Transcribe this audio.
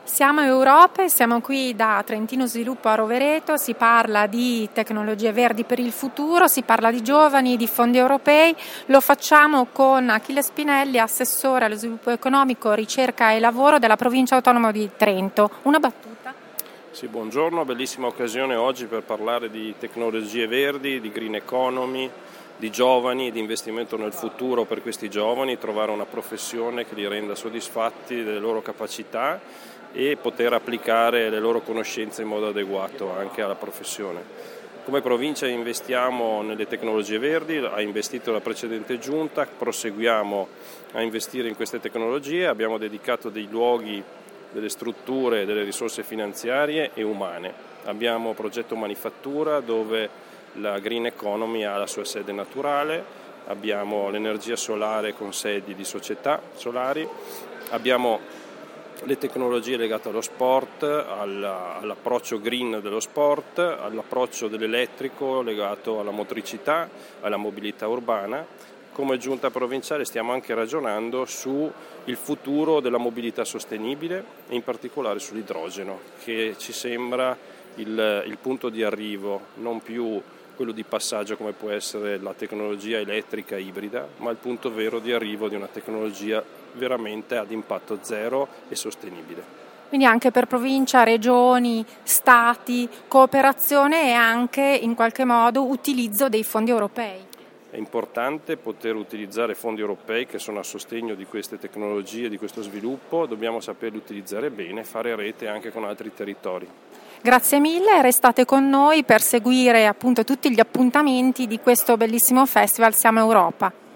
Siamo Europa e siamo qui da Trentino Sviluppo a Rovereto, si parla di tecnologie verdi per il futuro, si parla di giovani, di fondi europei, lo facciamo con Achille Spinelli, assessore allo sviluppo economico, ricerca e lavoro della provincia autonoma di Trento. Una battuta? Sì, buongiorno, bellissima occasione oggi per parlare di tecnologie verdi, di green economy, di giovani, di investimento nel futuro per questi giovani, trovare una professione che li renda soddisfatti delle loro capacità e poter applicare le loro conoscenze in modo adeguato anche alla professione. Come provincia investiamo nelle tecnologie verdi, ha investito la precedente giunta, proseguiamo a investire in queste tecnologie, abbiamo dedicato dei luoghi, delle strutture, delle risorse finanziarie e umane. Abbiamo progetto manifattura dove la green economy ha la sua sede naturale, abbiamo l'energia solare con sedi di società solari, abbiamo le tecnologie legate allo sport, all'approccio green dello sport, all'approccio dell'elettrico legato alla motricità, alla mobilità urbana. Come giunta provinciale stiamo anche ragionando sul futuro della mobilità sostenibile e in particolare sull'idrogeno, che ci sembra il punto di arrivo, non più quello di passaggio come può essere la tecnologia elettrica ibrida, ma il punto vero di arrivo di una tecnologia veramente ad impatto zero e sostenibile. Quindi anche per provincia, regioni, stati, cooperazione e anche in qualche modo utilizzo dei fondi europei. È importante poter utilizzare fondi europei che sono a sostegno di queste tecnologie, di questo sviluppo, dobbiamo saperli utilizzare bene e fare rete anche con altri territori. Grazie mille, restate con noi per seguire appunto tutti gli appuntamenti di questo bellissimo festival Siamo Europa.